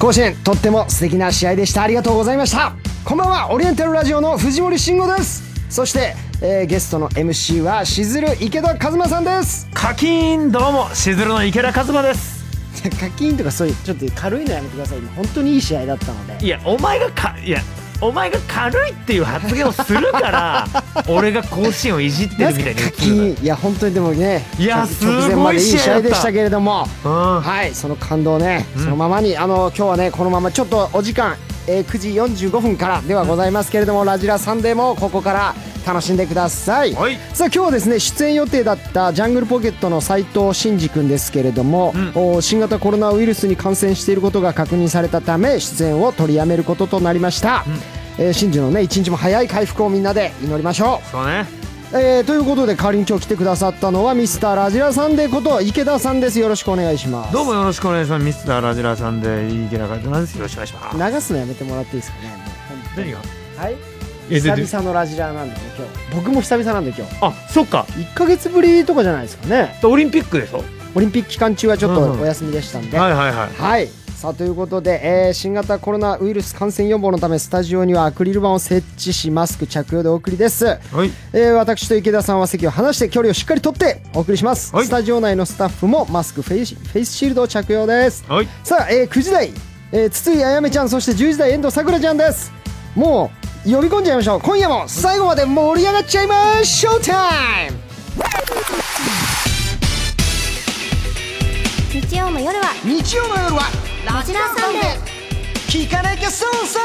甲子園とっても素敵な試合でした。ありがとうございました。こんばんは、オリエンタルラジオの藤森慎吾です。そして、ゲストの MC はしずる池田一馬さんです。 カキーン、どうもしずるの池田一馬です。 カキーンとかそういうちょっと軽いのやめてください。本当にいい試合だったので。 いやお前が軽いっていう発言をするから俺が甲子園をいじってるみたいに言ってる。 いや本当にでもね、 いやす直前までいい試合でしたけれども、 はい、 その感動ね、そのままに今日はねこのままちょっとお時間、9時45分からではございますけれども、ラジラサンデーもここから楽しんでください。さあ今日はですね、出演予定だったジャングルポケットの斉藤真二君ですけれども、新型コロナウイルスに感染していることが確認されたため出演を取りやめることとなりました。真二のね一日も早い回復をみんなで祈りましょう。 そうね。 ということで代わりに今日来てくださったのはミスターラジラサンデーこと池田さんです。よろしくお願いします。 どうもよろしくお願いします。ミスターラジラサンデー池田一馬です。よろしくお願いします。 流すのやめてもらっていいですかね。 何が？ はい、久々のラジラなんでね、今日僕も久々なんで今日。 あ、そっか、 1ヶ月ぶりとかじゃないですかね。 オリンピックでしょ。 オリンピック期間中はちょっとお休みでしたんで、はい。さあということで、新型コロナウイルス感染予防のためスタジオにはアクリル板を設置しマスク着用でお送りです。私と池田さんは席を離して距離をしっかりとってお送りします。スタジオ内のスタッフもマスクフェイスシールドを着用です。さあ、9時台、筒井あやめちゃん、そして10時台遠藤さくらちゃんです。もう呼び込んじゃいましょう。今夜も最後まで盛り上がっちゃいましょう。ショータイム。 日曜の夜はラジラサンデー、 聞かなきゃ損損。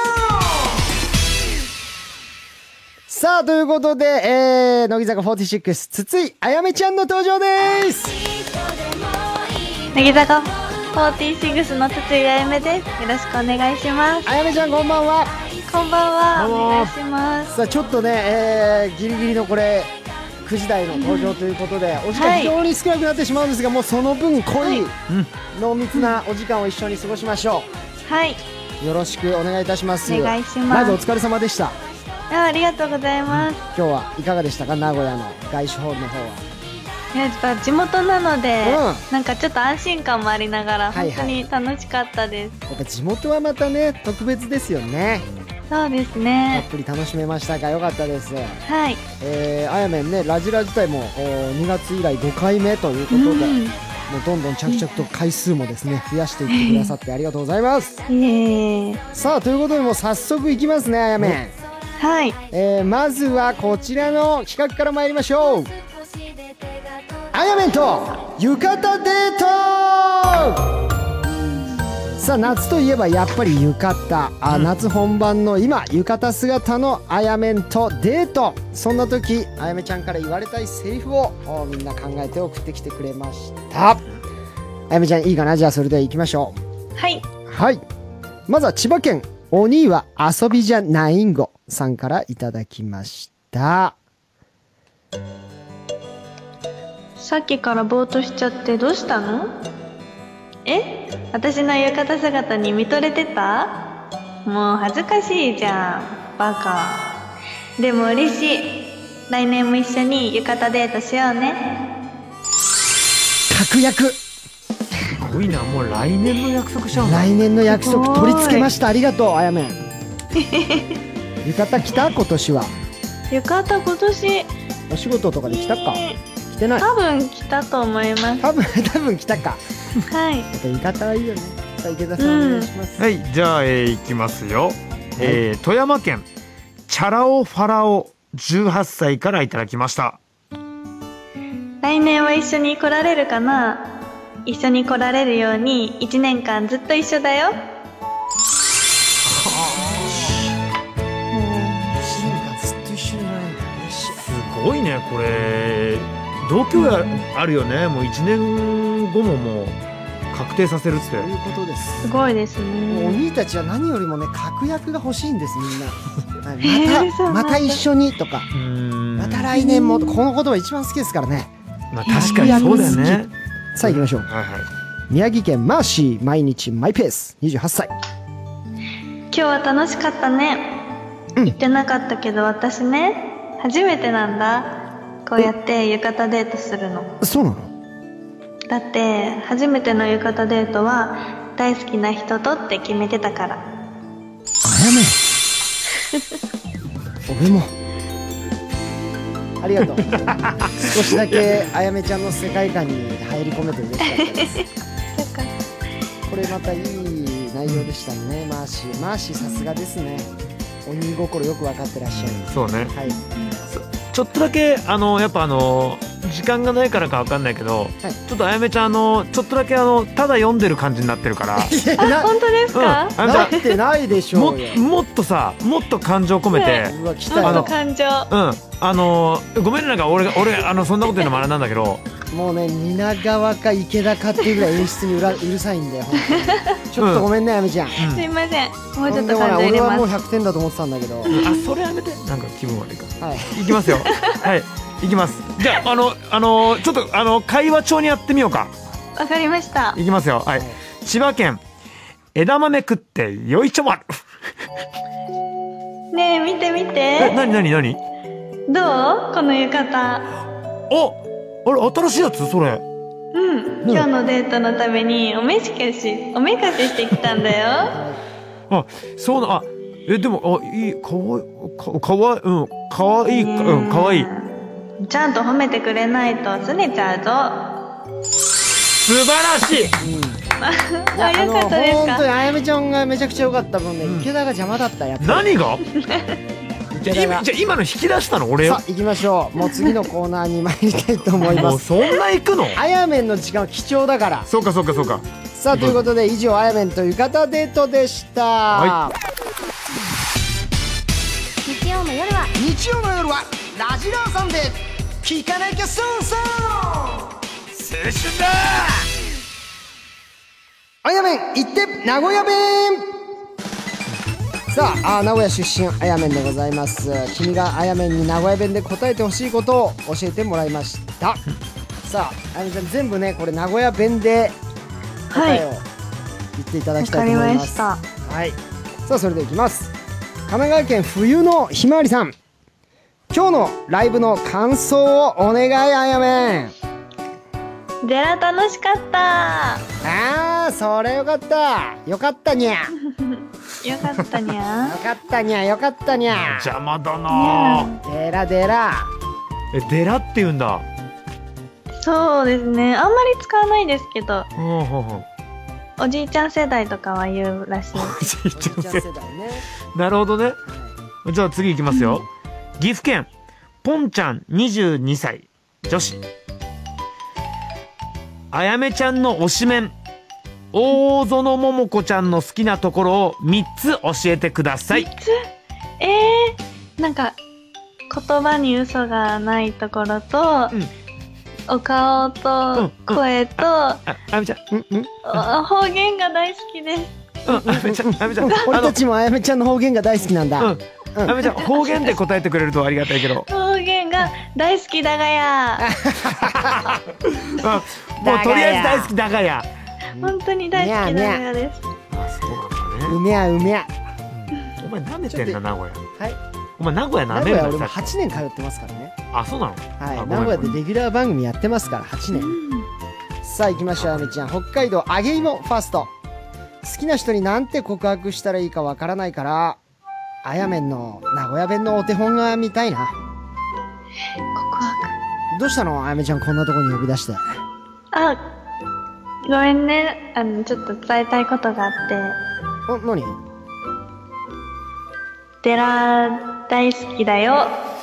さあということで、乃木坂46筒井あやめちゃんの登場です。 乃木坂46の筒井あやめです。よろしくお願いします。 あやめちゃんこんばんは。 こんばんは。お願いします。 さあちょっとね、ギリギリのこれ9時台の登場ということで、お時間非常に少なくなってしまうんですが、もうその分濃い濃密なお時間を一緒に過ごしましょう。はい、 よろしくお願いいたします。 お願いします。 まずお疲れ様でした。 ありがとうございます。 今日はいかがでしたか、名古屋の外資ホールの方は。 やっぱ地元なので、なんかちょっと安心感もありながら本当に楽しかったです。 やっぱ地元はまたね特別ですよね。 そうですね。 たっぷり楽しめましたか。よかったです。 はい。 あやめんね、ラジラ自体も2月以来5回目ということで、もうどんどん着々と回数もですね増やしていってくださってありがとうございます。さあということでもう早速いきますね、あやめん。 はい。 まずはこちらの企画から参りましょう。あやめんと浴衣デート。さあ夏といえばやっぱり浴衣、夏本番の今浴衣姿のあやめんとデート。そんな時あやめちゃんから言われたいセリフをみんな考えて送ってきてくれました。あやめちゃんいいかな。じゃあそれでは行きましょう。 はいはい。まずは千葉県お兄は遊びじゃないんごさんからいただきました。 さっきからぼーっとしちゃってどうしたの？私の浴衣姿に見とれてた？もう恥ずかしいじゃん、バカ。でも嬉しい。来年も一緒に浴衣デートしようね。 確約。 すごいな、もう来年の約束しちゃう。 来年の約束取り付けました。ありがとうあやめん。浴衣着た？今年は浴衣今年お仕事とかで着たか？着てない？ 多分着たと思います。 多分着たか。 はい。 やっぱ浴衣はいいよね。さあ池田さんお願いします。 はい、じゃあ、いきますよ。富山県チャラオファラオ18歳からいただきました。 来年は一緒に来られるかな？一緒に来られるように1年間ずっと一緒だよ。 すごいね、これ同居あるよね。もう1年後ももう確定させるって。 そういうことです。 すごいですね。 お兄たちは何よりもね確約が欲しいんです、みんな。また一緒にとか、また来年も、この言葉一番好きですからね。 まあ確かにそうだよね。 さあ行きましょう。宮城県マーシー毎日マイペース28歳。 今日は楽しかったね。言ってなかったけど私ね初めてなんだ。こうやって浴衣デートするの。 そうなの？ だって初めての浴衣デートは大好きな人とって決めてたから。 あやめ俺もありがとう少しだけあやめちゃんの世界観に入り込めて嬉しかったですこれまたいい内容でしたね。マーシーさすがですね。鬼心よく分かってらっしゃる。 そうね、 はい、 ちょっとだけやっぱ時間がないからか分かんないけど、はい、ちょっとあやめちゃんちょっとだけただ読んでる感じになってるからあ、本当ですか？ なってないでしょうよ。 もっと感情込めて、 もっと感情、 ごめんね、なんか俺そんなこと言うのもあれなんだけどもうね、蜷川か池田かっていうぐらい演出にうるさいんで、本当にちょっとごめんね、あやめちゃん、 すいません、もうちょっと感情入れます。 俺はもう100点だと思ってたんだけど、 それやめて、なんか気分悪いから、 はい、 いきますよはいいきます。じゃあちょっと会話帳にやってみようか。 わかりました。 いきますよ。はい、千葉県枝豆食ってよいちょまるねえ、見て見て。 なにどう？この浴衣。 あれ新しいやつそれ。 今日のデートのためにおめかししてきたんだよあ、そうな、でもいい、かわいいちゃんと褒めてくれないと拗ねちゃうぞ。 素晴らしい、 よかったですか？ 本当にあやめちゃんがめちゃくちゃ良かった分ね、池田が邪魔だった。やっぱ何がじゃあ今の引き出したの俺よ。 さあ行きましょう。もう次のコーナーに参りたいと思います。 もうそんな行くの？ あやめんの時間は貴重だから。 そうか。さあということで以上、あやめんと浴衣デートでした。 はい、日曜の夜はラジラーサンデー、聞かなきゃ損損。青春だあやめん行って名古屋弁。さあ、名古屋出身あやめんでございます。君があやめんに名古屋弁で答えてほしいことを教えてもらいました。さあ、あやめちゃん全部ね、これ名古屋弁で答えを言っていただきたいと思います。 わかりました。 はい、さあそれでいきます。神奈川県冬のひまわりさん、今日のライブの感想をお願い。あやめん。 デラ楽しかった。 それよかった。よかったにゃよかったにゃよかったにゃよかったにゃ。 邪魔だな。 デラデラって言うんだ。 そうですね、あんまり使わないですけど、おじいちゃん世代とかは言うらしい。 おじいちゃん世代ね。なるほどね、はい、じゃあ次いきますよ。岐阜県ポンちゃん22歳女子。あやめちゃんの推しメン大園桃子ちゃんの好きなところを3つ教えてください。 3つ？なんか言葉に嘘がないところと、お顔と声と、 あやめちゃん、 方言が大好きです。 あやめちゃん俺たちもあやめちゃんの方言が大好きなんだ。 あやめちゃん方言で答えてくれるとありがたいけど。 方言が大好きだがや。 もうとりあえず大好きだがや。 本当に大好きだがやです。 そうなんだね。 うめやうめや。 お前舐めてんな名古屋。 はい。 お前名古屋舐めるんだ。 俺も8年通ってますからね。 あ、そうなの？ はい。名古屋でレギュラー番組やってますから8年。さあ行きましょう。あやめちゃん、北海道揚げ芋ファースト。好きな人になんて告白したらいいかわからないから、あやめんの名古屋弁のお手本が見たいな。 告白。 どうしたのあやめちゃん、こんなとこに呼び出して。 ごめんね、ちょっと伝えたいことがあって。 何？ デラ大好きだよ。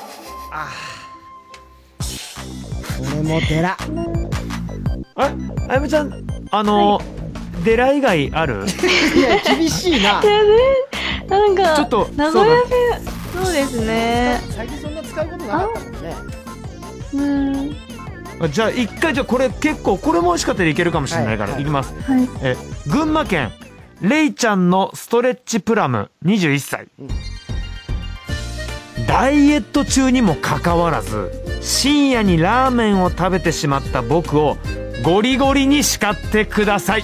俺もデラ。 あやめちゃん、デラ以外ある？ いや厳しいな。 なんかちょっと名古屋弁、そうですね。 最近そんな使うことなかったもんね。 じゃあ一回、じゃあこれ結構これも美味しかったらいけるかもしれないから、いきます。群馬県レイちゃんのストレッチプラム21歳。ダイエット中にもかかわらず深夜にラーメンを食べてしまった僕をゴリゴリに叱ってください。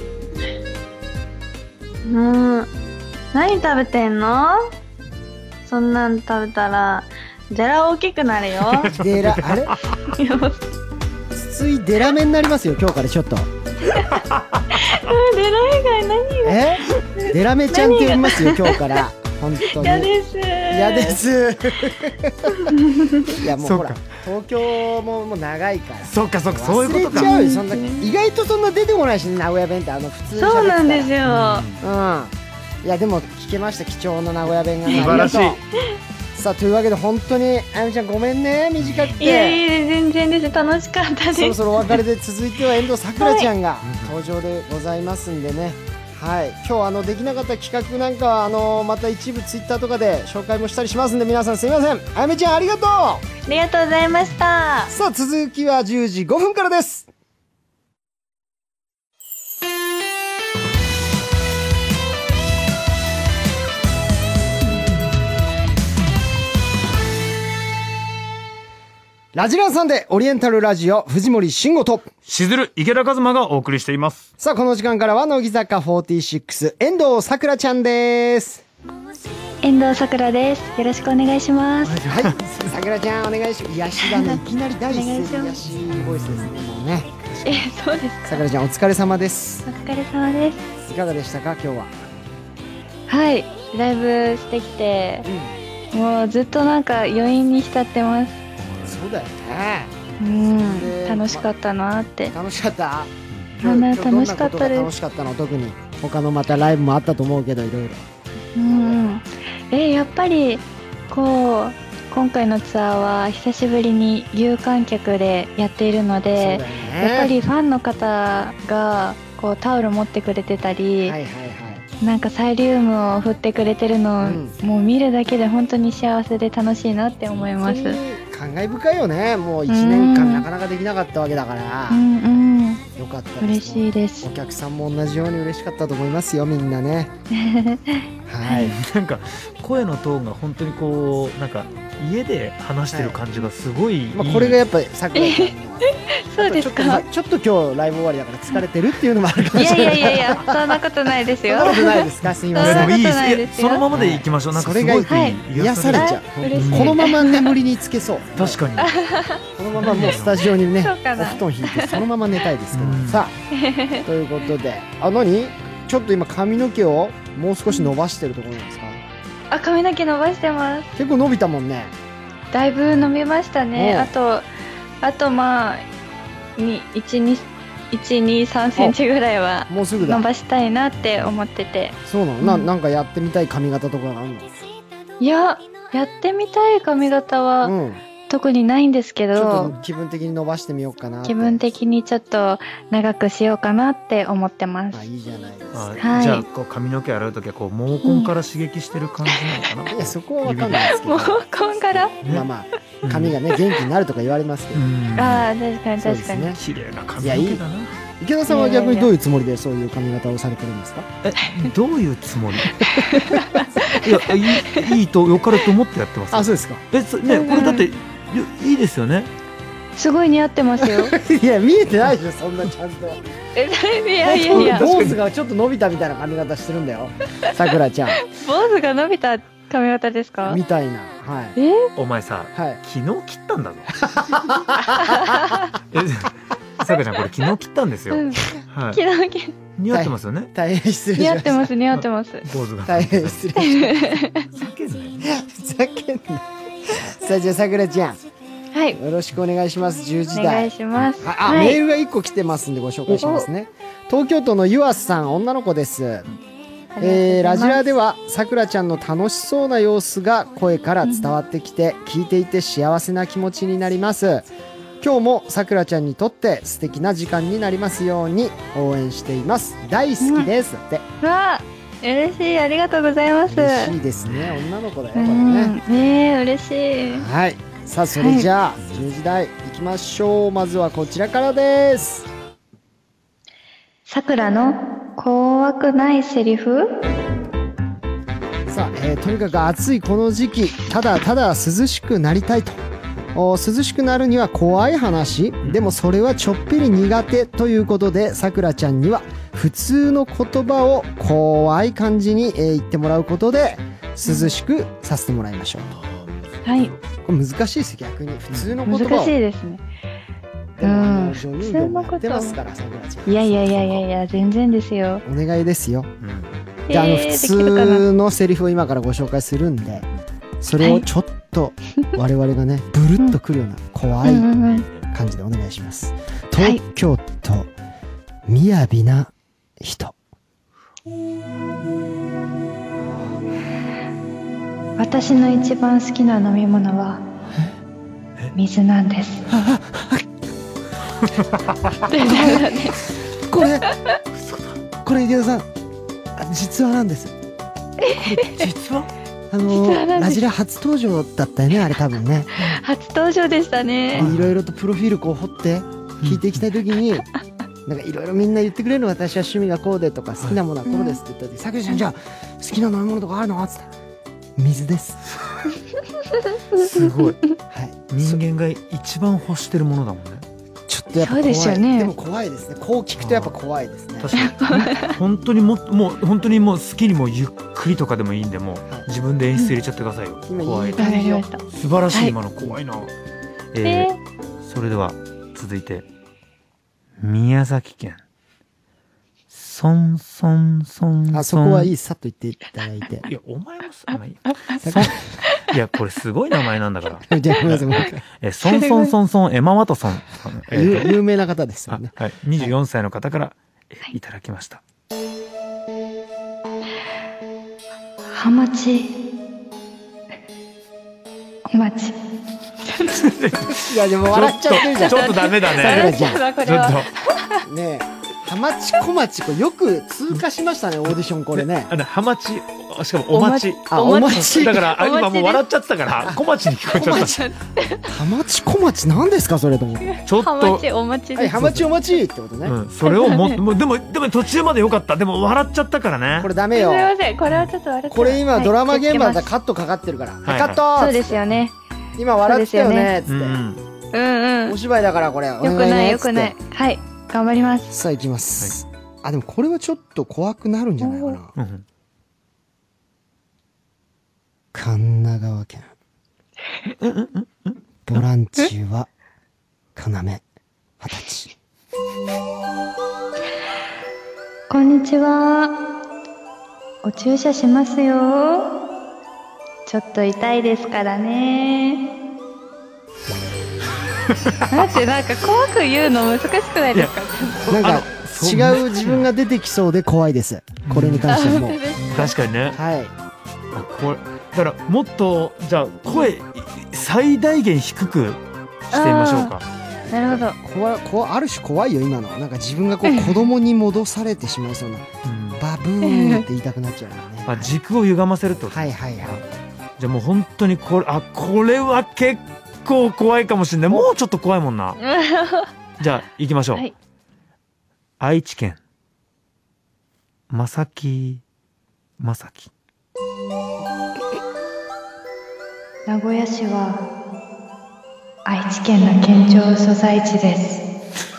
何食べてんの？そんなん食べたらデラ大きくなるよ。 デラ、あれ？筒井デラメになりますよ、今日からちょっと。 デラ以外何がデラメちゃんって呼びますよ今日から本当に。 嫌です。 嫌です。いやもうほら東京も長いから。 そうかそうか、そういうことか。 忘れちゃうよ。そんな意外とそんな出てこないし、名古屋弁って普通。 そうなんですよ。 いやでも聞けました、貴重な名古屋弁が。 素晴らしい。 さあというわけで本当にあやみちゃんごめんね、短くて。 いや全然です、楽しかったです。 そろそろお別れで、続いては遠藤さくらちゃんが登場でございますんでね。はい、今日できなかった企画なんかはまた一部ツイッターとかで紹介もしたりしますんで、皆さんすみません。あやめちゃんありがとう。 ありがとうございました。 さあ続きは10時5分からです。ラジランさんでオリエンタルラジオ、藤森慎吾としずる池田一馬がお送りしています。 さあこの時間からは乃木坂46遠藤さくらちゃんです。 遠藤さくらです。よろしくお願いします。 はい、さくらちゃんお願いします。癒しだね、いきなり第一声で癒しボイスですね。もうね。 そうですか。 さくらちゃんお疲れ様です。 お疲れ様です。 いかがでしたか今日は。 はい、ライブしてきて、もうずっとなんか余韻に浸ってます。 そうだよね。 楽しかったなって。 楽しかった。 楽しかったです。 楽しかったの。特に他のまたライブもあったと思うけど、いろいろ。 やっぱり今回のツアーは久しぶりに有観客でやっているので、やっぱりファンの方がタオル持ってくれてたり、なんかサイリウムを振ってくれてるのを、もう見るだけで本当に幸せで楽しいなって思います。 感慨深いよね。もう1年間なかなかできなかったわけだから、よかったです。 嬉しいです。 お客さんも同じように嬉しかったと思いますよ、みんなね。はい、 なんか声のトーンが本当になんか家で話してる感じがすごいいい。 これがやっぱりさくらちゃんのそうですか。 ちょっと今日ライブ終わりだから疲れてるっていうのもあるかもしれない。 いやそんなことないですよ。 そんなことないですか。すみません。 でもいいです。そのままでいきましょう。なんかすごい癒されちゃう。このまま眠りにつけそう。 確かに。 このままもうスタジオにね、お布団引いてそのまま寝たいですけど。さあということで、何？ちょっと今髪の毛をもう少し伸ばしてるところなんですか？ 髪の毛伸ばしてます。 結構伸びたもんね。 だいぶ伸びましたね。あとまあ1、2、3センチぐらいはもうすぐだ伸ばしたいなって思ってて。 そうなの？なんかやってみたい髪型とかがあるの？ いや、やってみたい髪型は特にないんですけど、 ちょっと気分的に伸ばしてみようかな。 気分的にちょっと長くしようかなって思ってます。 いいじゃないですか。 じゃあ髪の毛洗うときは毛根から刺激してる感じなのかな。 いや、そこは分かんないですけど。 毛根から？ まあ髪がね元気になるとか言われますけど。 確かに確かに。 綺麗な髪の毛だな。 池田さんは逆にどういうつもりでそういう髪型をされてるんですか？ どういうつもり？いや、いいと良かれと思ってやってます。 あ、そうですか。 ね、これだっていいですよね。 すごい似合ってますよ。 いや、見えてないでしょ、そんなちゃんと。 いや坊主がちょっと伸びたみたいな髪型してるんだよ、さくらちゃん。 坊主が伸びた髪型ですか？ みたいな。はい。 お前さ、昨日切ったんだぞ。さくらちゃん、これ昨日切ったんですよ。 昨日切似合ってますよね。 大変失礼しました。 似合ってます。 坊主が。 大変失礼しました。 ふざけんなよ。 ふざけんな。さあ、じゃあさくらちゃん。 はい。 よろしくお願いします。10時台。 お願いします。 メールが1個来てますんでご紹介しますね。東京都のゆあさん、女の子です。ラジラではさくらちゃんの楽しそうな様子が声から伝わってきて、聞いていて幸せな気持ちになります。今日もさくらちゃんにとって素敵な時間になりますように応援しています。大好きです。って。 わ、嬉しい。ありがとうございます。 嬉しいですね。女の子だよ、これね。 嬉しい。 はい。さあ、それじゃあ10時台行きましょう。まずはこちらからです。 さくらの怖くないセリフ。 さあ、とにかく暑いこの時期、ただただ涼しくなりたいと。涼しくなるには怖い話でもそれはちょっぴり苦手ということで、さくらちゃんには普通の言葉を怖い感じに言ってもらうことで涼しくさせてもらいましょう。 はい。 これ難しいです。逆に普通の言葉を。 難しいですね。 でも女優業もやってますから、さくらちゃん。 いやいやいやいやいや、全然ですよ。 お願いですよ。で、普通のセリフを今からご紹介するんで、それをちょっと我々がね、ブルッとくるような怖い感じでお願いします。東京都、雅な人。 私の一番好きな飲み物は水なんです。 これ池田さん、実話なんです。 実話？ ラジラ初登場だったよね、あれ多分ね。 初登場でしたね。 いろいろとプロフィールこう掘って聞いていきたいときに、なんかいろいろみんな言ってくれるの。私は趣味がこうでとか好きなものはこうですって言った時、さくらちゃんじゃあ好きな飲み物とかあるのって言ったら、水です。 すごい。人間が一番欲してるものだもんね。 ちょっとやっぱ怖い。でも怖いですね。こう聞くとやっぱ怖いですね。 確かに。本当にもう本当にもう好きにもゆっくりとかでもいいんで、もう自分で演出入れちゃってくださいよ。怖い。素晴らしい、今の怖いな。それでは続いて宮崎県。そこはいい、さっと言っていただいて。いや、お前もさ、いや、これすごい名前なんだから。じゃあ、ごめんなさい、もう一回。ソン、エマ・ワトソン。 有名な方ですよね。 はい。24歳の方からいただきました。 ハマチ。お待ち。 いや、でも笑っちゃってるじゃん。 ちょっとダメだね。ちょっと。ねえ。ハマチ小町、これよく通過しましたね、オーディションこれね。 ハマチ、しかもお待ち。 お待ち。 だから今もう笑っちゃってたから小町に聞こえちゃった。 ハマチ小町なんですかそれとも。 ちょっと。 ハマチお待ち。 ハマチお待ちってことね。 それをでも途中までよかった。でも笑っちゃったからね。 これダメよ。 すみません、これはちょっと笑っちゃった。 これ今ドラマ現場だったらカットかかってるから。カット。 そうですよね。 今笑ってたよねっつって。お芝居だからこれ。よくないよくない。はい、頑張ります。 さあ行きます。でもこれはちょっと怖くなるんじゃないかな。神奈川県。ボランチは要20歳。 こんにちは。お注射しますよ。ちょっと痛いですからね。なんか怖く言うの難しくないですか？ なんか違う自分が出てきそうで怖いです。これに関しても。 確かにね。 はい。 これだからもっとじゃあ声最大限低くしてみましょうか。 なるほど。ある種怖いよ今の。なんか自分がこう子供に戻されてしまいそうな。バブーンって言いたくなっちゃうよね。 軸を歪ませると。 はいはいはい。 じゃあもう本当にこれは結構怖いかもしれない。もうちょっと怖いもんな。じゃあ行きましょう。愛知県まさき名古屋市は愛知県の県庁所在地です。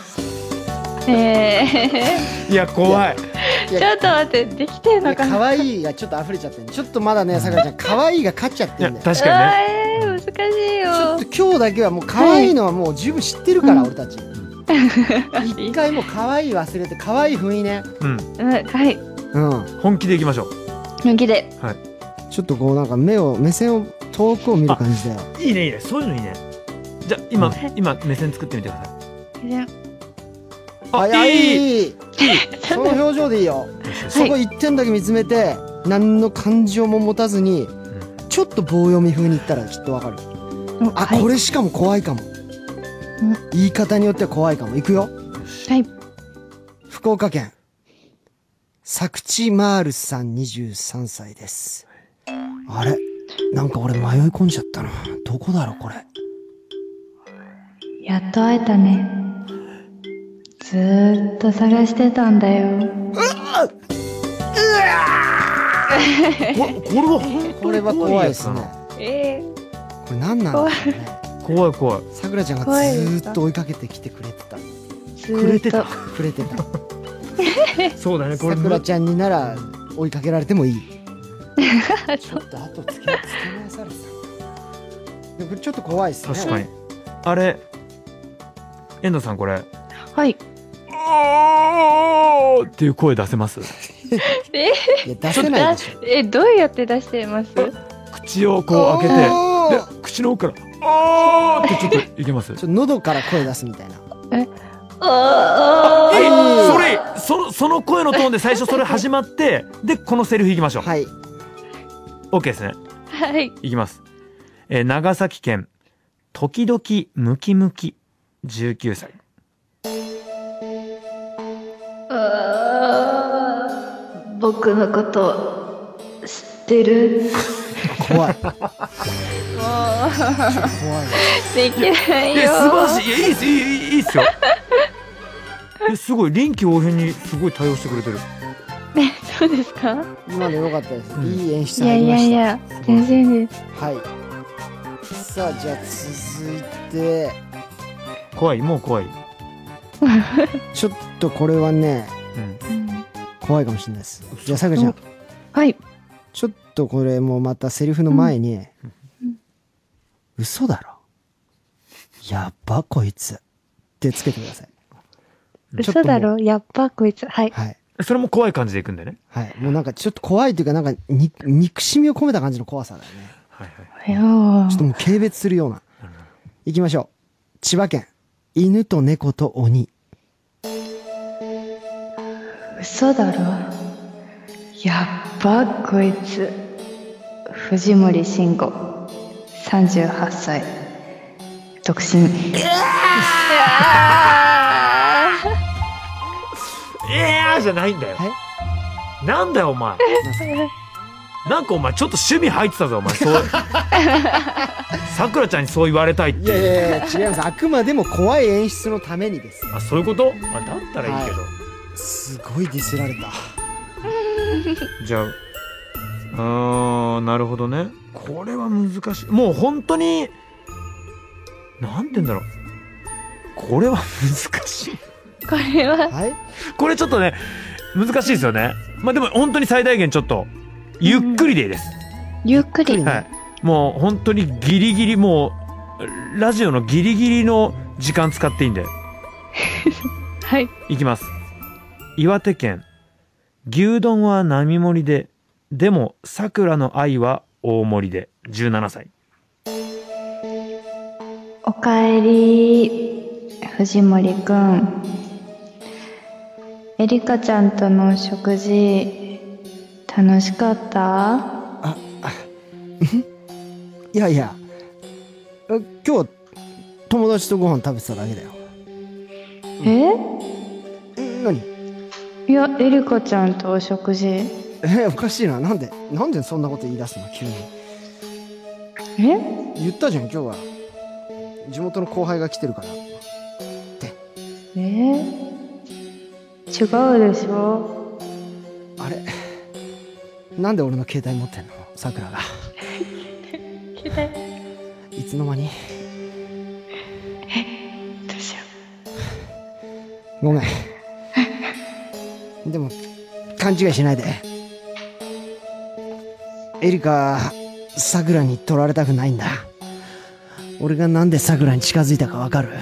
いや怖い。 ちょっと待って、できてるのかな。 可愛いがちょっと溢れちゃってる。ちょっとまだね、さくらちゃん可愛いが勝っちゃってるんだよ。 確かにね。 難しいよ。 ちょっと今日だけはもう可愛いのはもう十分知ってるから俺たち。一回もう可愛い忘れて可愛い雰囲ね。 はい。 本気でいきましょう。 本気で。 はい。 ちょっとこうなんか目線を遠くを見る感じで。 いいねいいね、そういうのいいね。じゃあ今目線作ってみてください。 いい。その表情でいいよ。そこ一点だけ見つめて何の感情も持たずにちょっと棒読み風に言ったらきっとわかる。これしかも怖いかも。言い方によっては怖いかも。いくよ。 はい。 福岡県佐久地マールさん23歳です。あれなんか俺迷い込んじゃったな。どこだろうこれ。 やっと会えたね。ずーっと探してたんだよ。 これは怖いですね。これ何なんだろうね。 怖い。 さくらちゃんがずーっと追いかけてきてくれてた。 くれてた。そうだね。 さくらちゃんになら追いかけられてもいい。ちょっと後つけ回されてた。でもちょっと怖いですね。 確かに。あれ遠藤さんこれ、 はい。 おーっていう声出せます？ いや出せないでしょ。 どうやって出してます？ 口をこう開けて、で口の奥からおーってちょっといけます？ ちょっと喉から声出すみたいな。 その声のトーンで最初それ始まってでこのセリフいきましょう。 はい。 OK ですね。 はい。 いきます。長崎県時々ムキムキ19歳。 僕のこと知ってる？ 怖い。 もう怖い。 できないよ。 素晴らしい。いいっすよ。すごい臨機応変にすごい対応してくれてる。 そうですか？ 今の良かったです。いい演出入りました。 いや全然です。 はい。さあじゃあ続いて、 もう怖い。 ちょっとこれはね、怖いかもしれないです。じゃあさくらちゃん。 はい。 ちょっとこれもまたセリフの前に、嘘だろ、やっばこいつってつけてください。 嘘だろ、やっばこいつ。はい。 はい。 それも怖い感じでいくんだよね。 はい。もうなんかちょっと怖いというか、なんか憎しみを込めた感じの怖さだよね。 はいはい。 ちょっともう軽蔑するような。行きましょう。千葉県、犬と猫と鬼。 嘘だろ、やっばこいつ。藤森慎吾、38歳、独身。 じゃないんだよ。なんだよお前。なんかお前ちょっと趣味入ってたぞお前。そうさくらちゃんにそう言われたいっていう。 いや違います。あくまでも怖い演出のためにです。 あ、そういうこと？だったらいいけど、 すごいディスられた。 じゃあなるほどね。これは難しい。もう本当になんて言うんだろう、これは難しい。 これは、 はい、 これちょっとね難しいですよね。まあでも本当に最大限ちょっとゆっくりでいいです。 ゆっくり、 はい、もう本当にギリギリ、もうラジオのギリギリの時間使っていいんではい、 いきます。岩手県、牛丼は並盛りでもさくらの愛は大盛りで17歳。 おかえり藤森くん。エリカちゃんとの食事楽しかった？ いや今日友達とご飯食べてただけだよ。何？ いや、エリカちゃんとお食事。 おかしいな。なんでそんなこと言い出すの急に。言ったじゃん、今日は地元の後輩が来てるからって。 違うでしょ。 あれ、なんで俺の携帯持ってんの、さくらが。 携帯いつの間に。 どうしよう。ごめん。でも勘違いしないで。エリカ、さくらに取られたくないんだ。俺がなんでさくらに近づいたかわかる？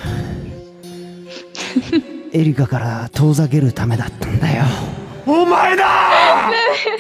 エリカから遠ざけるためだったんだよ。 お前だ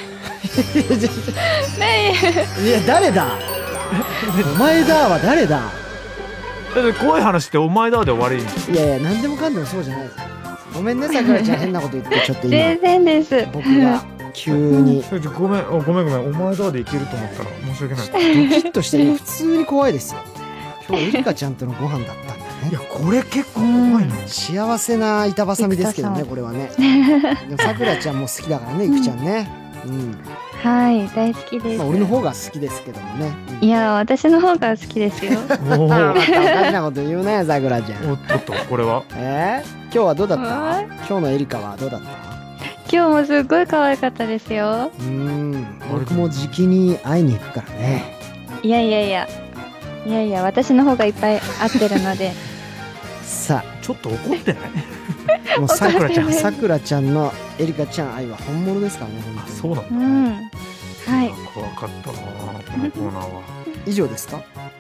いや、誰だお前だは誰だ。 だって怖い話ってお前だで終わり。 いや何でもかんでもそうじゃないです。ごめんね、さくらちゃん、変なこと言ってちょっと今全然です。 僕が急にごめんお前だでいけると思ったら申し訳ない。 ドキッとしてる。普通に怖いですよ。今日エリカちゃんとのご飯だったんだね。 いや、これ結構怖いな。 幸せな板挟みですけどね、これはね。でもさくらちゃんも好きだからね、いくちゃんね。 はい、大好きです。 俺の方が好きですけどもね。 いや、私の方が好きですよ。 おかしなこと言うね、さくらちゃん。 おっとこれは今日はどうだった？今日のエリカはどうだった？ 今日もすっごい可愛かったですよ。 僕もじきに会いに行くからね。 いや、私の方がいっぱい会ってるので。 さあ、 ちょっと怒ってない？ もうさくらちゃんのエリカちゃん愛は本物ですからね。本当に。 そうなんだ。 はい。 怖かったな、このコーナーは。 以上ですか？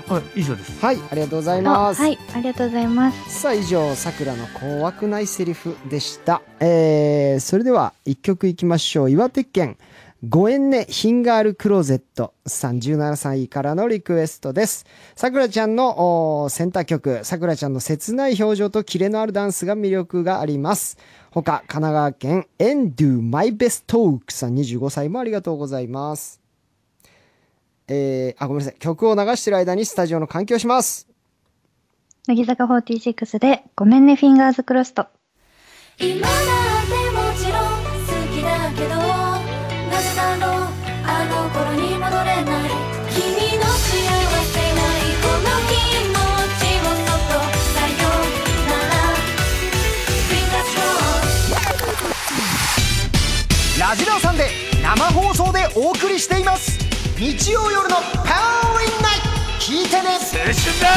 以上です。 はい、ありがとうございます。 はい、ありがとうございます。 さあ以上さくらの怖くないセリフでした。それでは一曲いきましょう。岩手県ごえんね品があるクローゼットさん17歳からのリクエストです。さくらちゃんのセンター曲、さくらちゃんの切ない表情とキレのあるダンスが魅力があります。他神奈川県do my best talk さん25歳もありがとうございます。ごめんなさい、曲を流している間にスタジオの換気をします。 乃木坂46でごめんねフィンガーズクロスト。 今だってもちろん好きだけど、なぜだろうあの頃に戻れない、君の幸せないこの気持ちをそっとさよならフィンガーズラジラさんで生放送でお送りしています。日曜夜のパワーリンナイト、聞いてね。青春だ。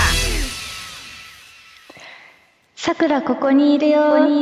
さくらここにいるよ。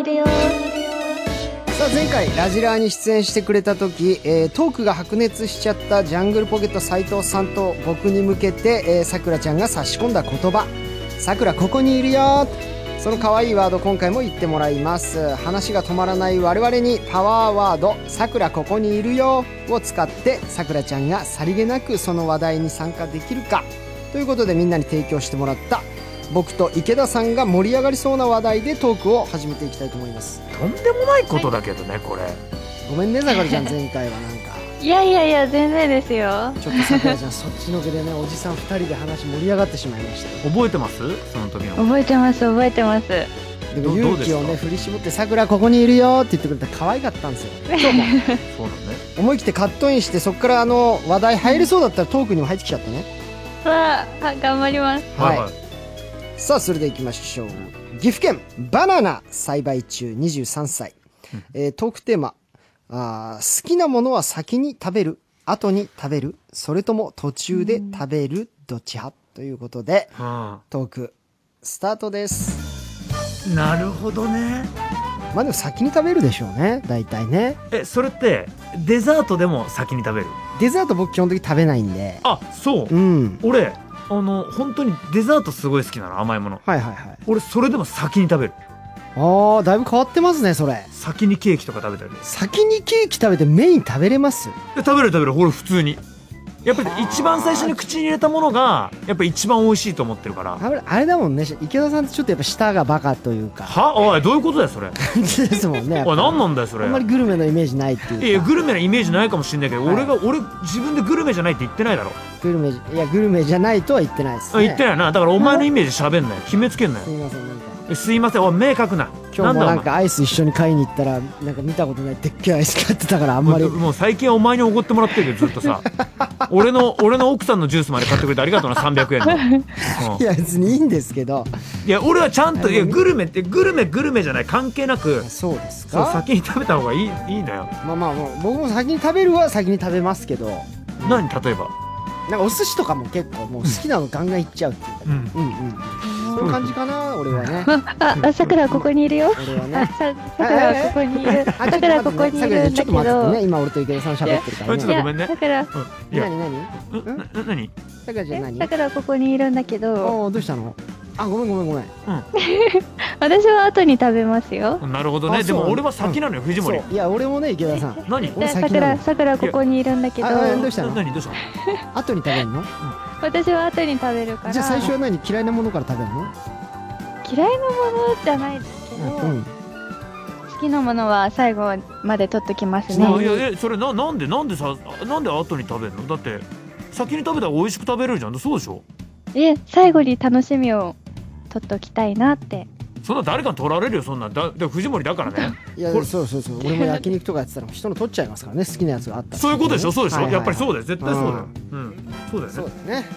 さあ前回ラジラーに出演してくれた時、トークが白熱しちゃったジャングルポケット斉藤さんと僕に向けて、さくらちゃんが差し込んだ言葉、さくらここにいるよ、その可愛いワード今回も言ってもらいます。話が止まらない我々にパワーワードさくらここにいるよを使ってさくらちゃんがさりげなくその話題に参加できるかということで、みんなに提供してもらった僕と池田さんが盛り上がりそうな話題でトークを始めていきたいと思います。 とんでもないことだけどね、これ。 ごめんねさくらちゃん、前回はなんかいや全然ですよ。 ちょっとさくらちゃんそっちのけでね、おじさん2人で話盛り上がってしまいました。 覚えてます？その時の。 覚えてます。 でも勇気をね振り絞ってさくらここにいるよって言ってくれたら可愛かったんですよ。今日もそうだね。 思い切ってカットインして、そこから話題入れそうだったらトークにも入ってきちゃったね。 わあ、頑張ります。 はい、さあそれでいきましょう。岐阜県バナナ栽培中23歳、トークテーマ、好きなものは先に食べる、後に食べる、それとも途中で食べる、どっち派ということで、トークスタートです。 なるほどね。 まあでも先に食べるでしょうね、大体ね。 それってデザートでも先に食べる？ デザート僕基本的に食べないんで。 あ、そう。俺本当にデザートすごい好きなの、甘いもの。俺それでも先に食べる。 だいぶ変わってますねそれ。 先にケーキとか食べたり。 先にケーキ食べてメイン食べれます？ 食べる俺普通に。やっぱり一番最初に口に入れたものがやっぱり一番美味しいと思ってるから。 あれだもんね、池田さんってちょっとやっぱ舌がバカというか。 おいどういうことだよそれ。 ですもんね。 おい何なんだよそれ。 あんまりグルメのイメージないっていうか。 いやグルメのイメージないかもしれないけど、俺自分でグルメじゃないって言ってないだろ。 グルメじゃないとは言ってないですね。 言ってないな。だからお前のイメージ喋んなよ、決めつけんなよ。 すいません、 すいません、おい目描くな。 今日もなんかアイス一緒に買いに行ったらなんか見たことないでっけえアイス買ってたから、あんまりもう最近はお前におごってもらってるけどずっとさ俺の奥さんのジュースまで買ってくれてありがとうな、300円の、 いや別にいいんですけど、 いや俺はちゃんと、いやグルメってグルメじゃない、関係なく。 そうですか。 先に食べた方がいいんだよ。 まあ僕も先に食べるは先に食べますけど。 何例えばなんかお寿司とかも結構もう好きなのガンガンいっちゃうっていうか、そういう感じかな、俺はね。 さくらここにいるよ。 俺はね。 さくらここにいる。さくらここにいるんだけど。ちょっと待ってね、今俺と池田さん喋ってるからね。 ちょっとごめんね。 さくら。 何？ さくらちゃん何？ さくらここにいるんだけど。 どうしたの？ごめん。 私は後に食べますよ。 なるほどね。でも俺は先なのよ、藤森。 いや俺もね、池田さん。 何？ さくらここにいるんだけど。 どうしたの？ 何？どうしたの？ 後に食べるの？ 私は後に食べるから。 じゃあ最初は何？嫌いなものから食べるの？ 嫌いなものじゃないですけど、好きなものは最後まで取っときますね。 いやそれなんで後に食べるの？だって先に食べたら美味しく食べれるじゃん。そうでしょ？ 最後に楽しみを取っときたいなって。 そんな誰かに取られるよ、そんなんだ。藤森だからね。 いやそう俺も焼肉とかやってたら人の取っちゃいますからね、好きなやつがあったら。 そういうことでしょ。そうでしょ。やっぱりそうだよ、絶対そうだよ。そうだよね。 そうだね。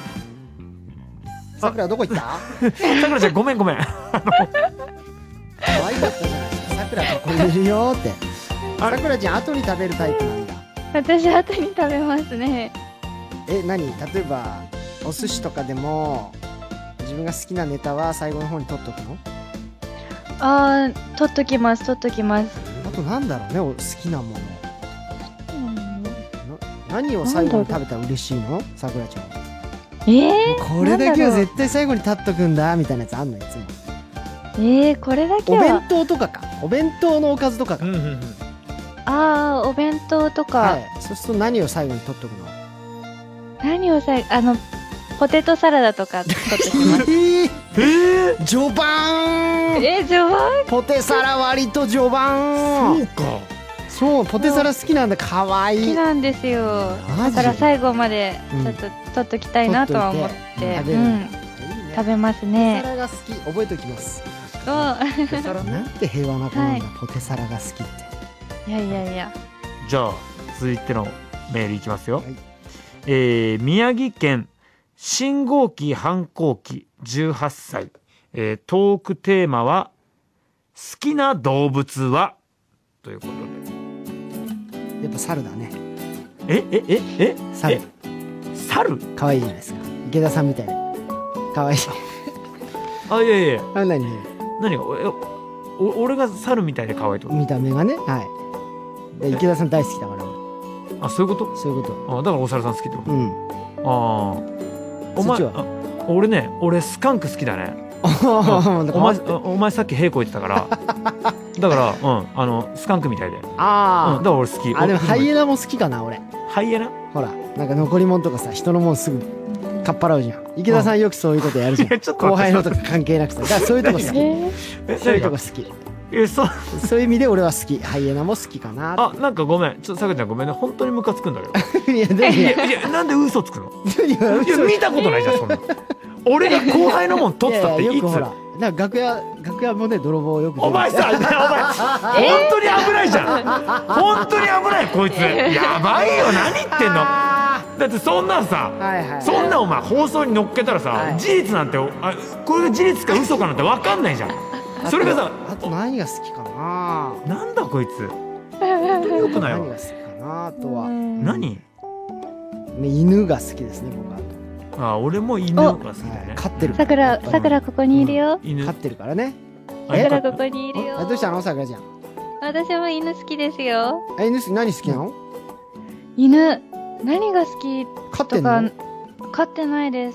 さくらどこ行った？ さくらちゃんごめん。可愛かったじゃないですか。さくらここにいるよって。さくらちゃん後に食べるタイプなんだ。 私後に食べますね。 何？例えばお寿司とかでも自分が好きなネタは最後の方に取っとくの？ 取っときます。あとなんだろうね、好きなもの。何を最後に食べたら嬉しいの？さくらちゃん。 これだけは絶対最後に立っとくんだみたいなやつあんのいつも。 これだけは。 お弁当とかか。お弁当のおかずとかか。 ああ、お弁当とか。 はい。そうすると何を最後に取っとくの？ 何をポテトサラダとか取ってきます。 序盤。 序盤？ ポテサラ割と序盤。 そうか。 そう、ポテサラ好きなんだ。可愛い。 好きなんですよ。だから最後までちょっと取っときたいなとは思って食べますね。 ポテサラが好き。覚えておきます。 ポテサラなんて平和な子なんだ。ポテサラが好きって。 いや。 じゃあ続いてのメールいきますよ。宮城県信号機反抗期18歳、トークテーマは好きな動物はということで、 やっぱ猿だね。 猿可愛いじゃないですか。池田さんみたいな可愛い。 いやいや、 何俺が猿みたいで可愛いと。 見た目がね。はい。で池田さん大好きだから。 そういうこと？ そういうこと。 だからお猿さん好きってこと？俺スカンク好きだね。お前さっき屁こいてたからだからスカンクみたいで。だから俺好き。 でもハイエナも好きかな俺。 ハイエナ？ ほらなんか残り物とかさ、人のもんすぐかっぱらうじゃん。池田さんよくそういうことやるじゃん。後輩のとか関係なくさ。だからそういうとこ好き。そういうとこ好き。そういう意味で俺は好き。ハイエナも好きかな。 なんかごめん、さくらちゃんごめんね、本当にムカつくんだけど。いやなんで嘘つくの？いや見たことないじゃんそんな。俺が後輩のもん取ってたっていつ？ なんか楽屋もね、泥棒よく。 お前さ、本当に危ないじゃん。本当に危ないこいつ。やばいよ、何言ってんの。だってそんなんさ、そんなお前放送に乗っけたらさ、事実なんてこれが事実か嘘かなんて分かんないじゃん。それがさ、 あと何が好きかな。 なんだこいつ。本当に良くないわ。 何が好きかな。あとは何？ 犬が好きですね僕は。 俺も犬が好きだね。 飼ってる。 さくらここにいるよ。 飼ってるからね。 さくらここにいるよ。 どうしたのさくらちゃん。 私も犬好きですよ。 犬何好きなの？ 犬何が好きとか飼ってないです。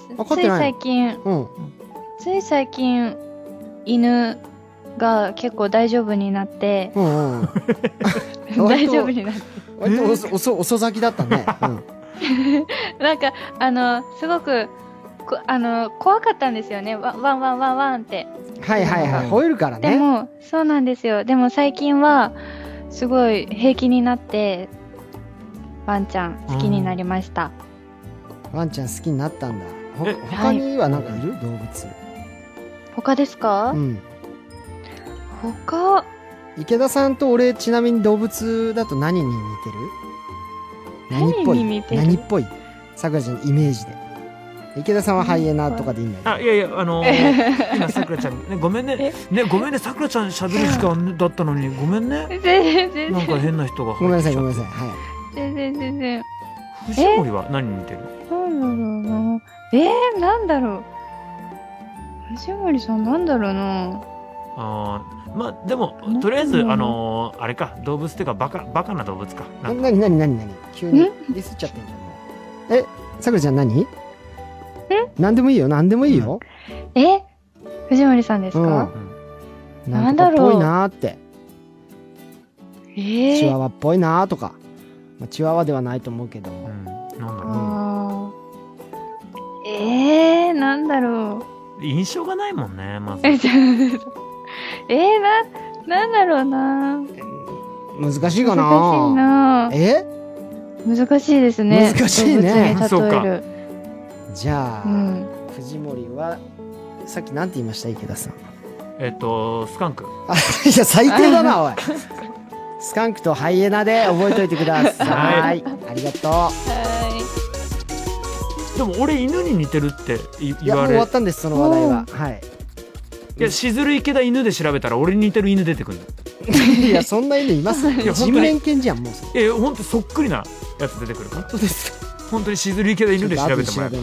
つい最近犬が結構大丈夫になって、大丈夫になって割と遅咲きだったね。 なんかすごく怖かったんですよね。ワンワンワンワンって。 はい吠えるからね。 でもそうなんですよ。でも最近はすごい平気になってワンちゃん好きになりました。 ワンちゃん好きになったんだ。他には何かいる動物？ 他ですか？他池田さんと俺ちなみに動物だと何に似てる？何っぽい？さくらちゃんのイメージで。池田さんはハイエナとかでいいんだよ。 いや今さくらちゃんね、ごめんねごめんね、さくらちゃん喋る時間だったのにごめんね。なんか変な人が。 ごめんなさい。はい。 全然。 藤森は何に似てる？ なんだろう。藤森さんなんだろうな。 でもとりあえずあれか、動物っていうかバカな動物か。 何急にディスっちゃってんじゃん。さくらちゃん何？何でもいいよ。 藤森さんですか？ なんだろう。っぽいなーって。チワワっぽいなーとか。チワワではないと思うけど。 なんだろう。印象がないもんね、まず。 なんだろうな。 難しいかな。 難しいですね。 難しいね。 そうか。 じゃあ藤森はさっきなんて言いました池田さん？ スカンク。 いや最低だなおい。スカンクとハイエナで覚えておいてください。ありがとう。でも俺犬に似てるって言われ。 いやもう終わったんですその話題は。はい。 いやしずる池田犬で調べたら俺に似てる犬出てくる。 いやそんな犬います？人面犬じゃんもう。 本当そっくりなやつ出てくるから。 本当ですか？ 本当にしずる池田犬で調べてもらえ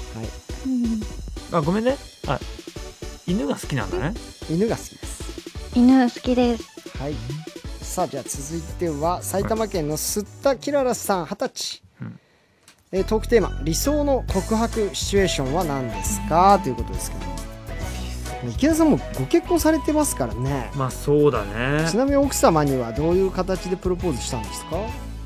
ば。ごめんね。犬が好きなんだね。 犬が好きです。 犬好きです。 はい。さあじゃあ続いては埼玉県のすったきららさん20歳。 トークテーマ理想の告白シチュエーションは何ですかということですけど、池田さんもご結婚されてますからね。 まあそうだね。 ちなみに奥様にはどういう形でプロポーズしたんですか？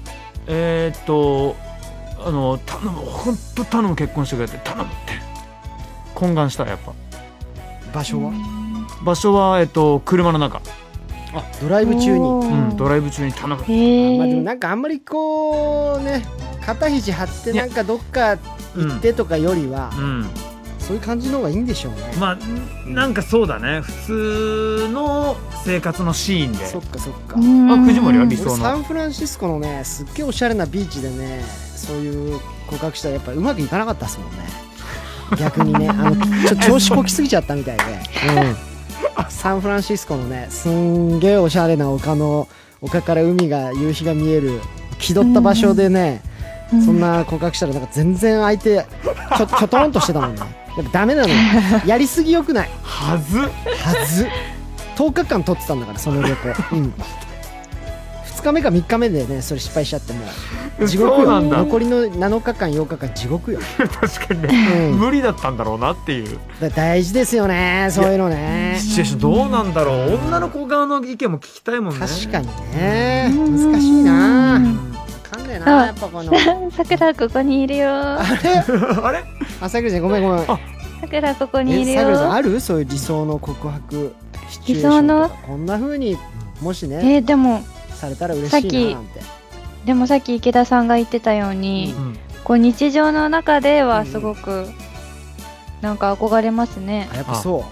頼む、本当頼む、結婚してくれって頼むって懇願した。やっぱ場所は車の中。 あ、ドライブ中に。 ドライブ中に頼む。 まあでもなんかあんまりこうね、肩肘張ってなんかどっか行ってとかよりは、そういう感じの方がいいんでしょうね。 まあなんかそうだね、普通の生活のシーンで。 そっかそっか。 藤森は理想の。 俺サンフランシスコのね、すっげえおしゃれなビーチでね、そういう告白したらやっぱうまくいかなかったですもんね。逆にね、調子こきすぎちゃったみたいで、サンフランシスコのね、すんげえおしゃれな丘から夕日が見える気取った場所でね、そんな告白したらなんか全然相手ちょとんとしてたもんね。やっぱダメなのよ。やりすぎよくない。 はず 10日間取ってたんだからその旅行。2日目か3日目でね、それ失敗しちゃっても地獄よ。残りの7日間8日間地獄よ。 確かにね、無理だったんだろうなっていう。 大事ですよね、そういうのね。 シチュエーションどうなんだろう。女の子側の意見も聞きたいもんね。 確かにね、難しいな。分かんねえな、やっぱこのさくらここにいるよ。 あれさくらちゃんごめん。 さくらここにいるよ。 さくらさんある？そういう理想の告白シチュエーションとか、こんな風にもしね、 でもされたら嬉しいななんて。 でもさっき池田さんが言ってたように、こう日常の中ではすごくなんか憧れますね。 やっぱそう。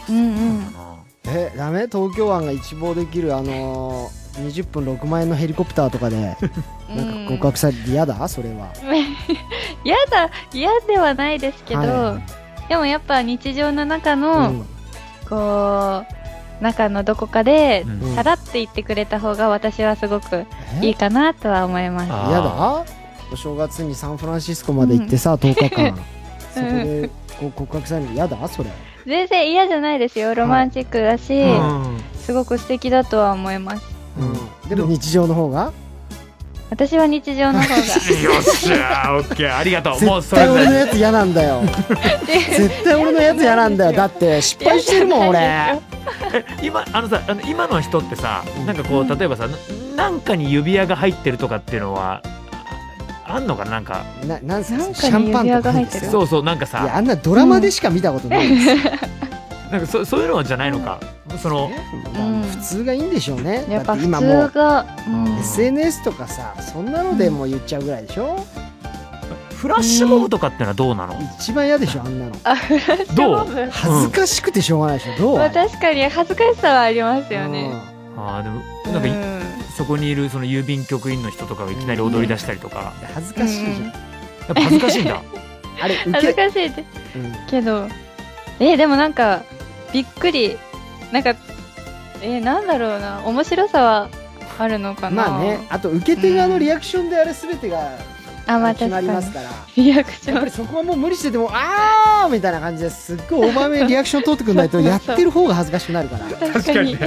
ダメ？東京湾が一望できる20分6万円のヘリコプターとかでなんか告白されて嫌だ？それは嫌ではないですけど、でもやっぱ日常の中の、こう中のどこかでさらって言ってくれた方が私はすごくいいかなとは思います。 嫌だ？お正月にサンフランシスコまで行ってさ、10日間そこでこう告白されるの嫌だ？それ全然嫌じゃないですよ。ロマンチックだし、すごく素敵だとは思います。 でも日常の方が、 私は日常の方がよっしゃー、オッケー、ありがとう。もう絶対俺のやつ嫌なんだよ。絶対俺のやつ嫌なんだよ。だって失敗してるもん俺。 今今の人ってさ、なんかこう例えばさ、なんかに指輪が入ってるとかっていうのはあんのかな。なんかなんすか、シャンパンとか入ってる。 そうなんかさ、 いや、あんなドラマでしか見たことないです。 なんかそういうのじゃないのか。 普通がいいんでしょうね。 やっぱだって今もう SNS とかさ、そんなのでも言っちゃうぐらいでしょ。 フラッシュモブとかってのはどうなの？ 一番嫌でしょ、あんなの。 どう？ 恥ずかしくてしょうがないでしょ。どう？ 確かに恥ずかしさはありますよね。 でもなんかそこにいるその郵便局員の人とかがいきなり踊り出したりとか。 恥ずかしいじゃん。 やっぱ恥ずかしいんだ。 あれ恥ずかしいけど、でもなんかびっくり、なんかなんだろうな、面白さはあるのかな。 まあね、あと受け手側のリアクションであれ全てが決まりますから。 リアクション。 やっぱりそこはもう無理しててもあーみたいな感じですっごい大場面リアクション取ってくんないとやってる方が恥ずかしくなるから。 確かに。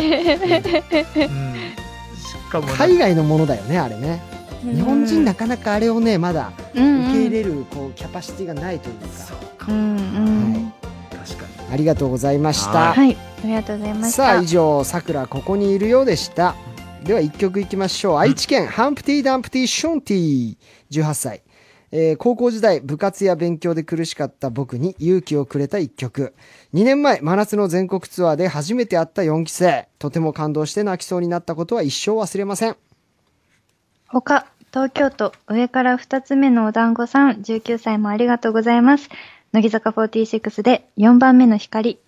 海外のものだよね、あれね。日本人なかなかあれをね、まだ受け入れるこうキャパシティがないというか。ありがとうございました。 はい、ありがとうございました。 さあ以上、さくらここにいるようでした。では1曲いきましょう。愛知県ハンプティ・ダンプティ・ションティ18歳、高校時代部活や勉強で苦しかった僕に勇気をくれた1曲。2年前真夏の全国ツアーで初めて会った4期生、とても感動して泣きそうになったことは一生忘れません。 他、東京都上から2つ目のお団子さん、19歳もありがとうございます。乃木坂46で4番目の光。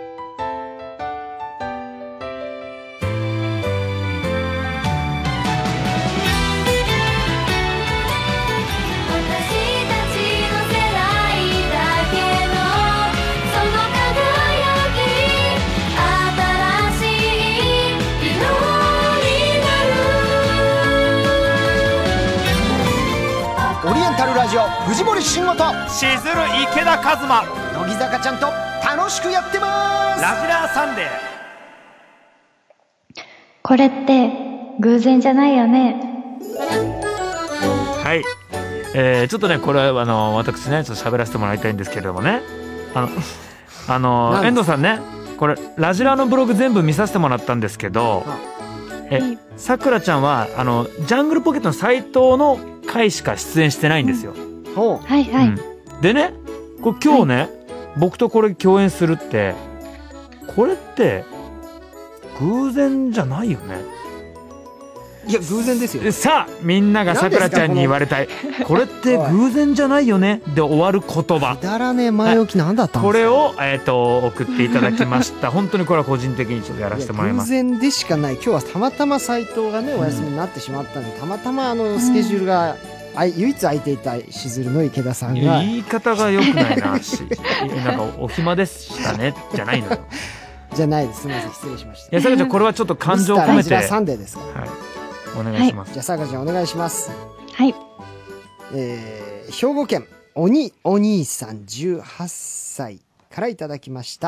オリエンタルラジオ藤森慎吾としずる池田一馬、 乃木坂ちゃんと楽しくやってます。 ラジラーサンデー。 これって偶然じゃないよね。 はい、 ちょっとねこれは私ねちょっと喋らせてもらいたいんですけれどもね、遠藤さんね、これラジラのブログ全部見させてもらったんですけど、さくらちゃんはジャングルポケットの斎藤の回しか出演してないんですよ。 はいはい。 でね、これ今日ね、僕とこれ共演するってこれって偶然じゃないよね。 いや偶然ですよ。 さあみんながさくらちゃんに言われたい、これって偶然じゃないよねで終わる言葉、 くだらねえ前置きなんだったんですか。 これを、送っていただきました本当にこれは個人的にちょっとやらせてもらいます。 偶然でしかない。今日はたまたま斉藤がねお休みになってしまったんで、たまたまスケジュールが唯一空いていたしずるの池田さんが、 言い方が良くないなしなんかお暇でしたねじゃないのよじゃないです。すみません失礼しました。 いやさくらちゃんこれはちょっと感情を込めてミスターラジラサンデーですから、 はい、お願いします。 じゃあさくらちゃんお願いします。 はい。 兵庫県お兄さん18歳からいただきました。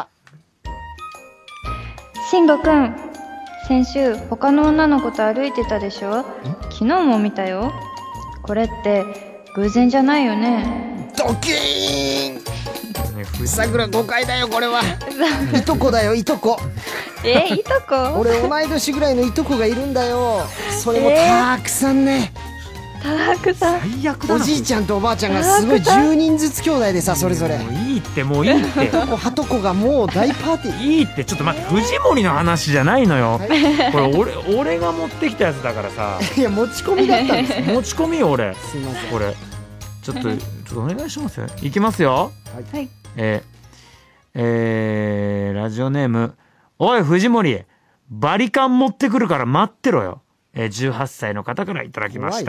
しんごくん、先週他の女の子と歩いてたでしょ。昨日も見たよ。これって偶然じゃないよね。 ドキーンさくら誤解だよこれはいとこだよいとこ。 いとこ？ 俺同い年ぐらいのいとこがいるんだよ。それもたくさんね、 たくさん。 最悪だな。 おじいちゃんとおばあちゃんがすごい10人ずつ兄弟でさ、それぞれもういいってもういいってはとこがもう大パーティー。 いいってちょっと待って、藤森の話じゃないのよ、これ俺が持ってきたやつだからさいや持ち込みだったんです持ち込みよ俺。 すいません。 これちょっとお願いしますよ。いきますよ。 はい。 ラジオネームおい藤森バリカン持ってくるから待ってろよ。18歳の方からいただきました。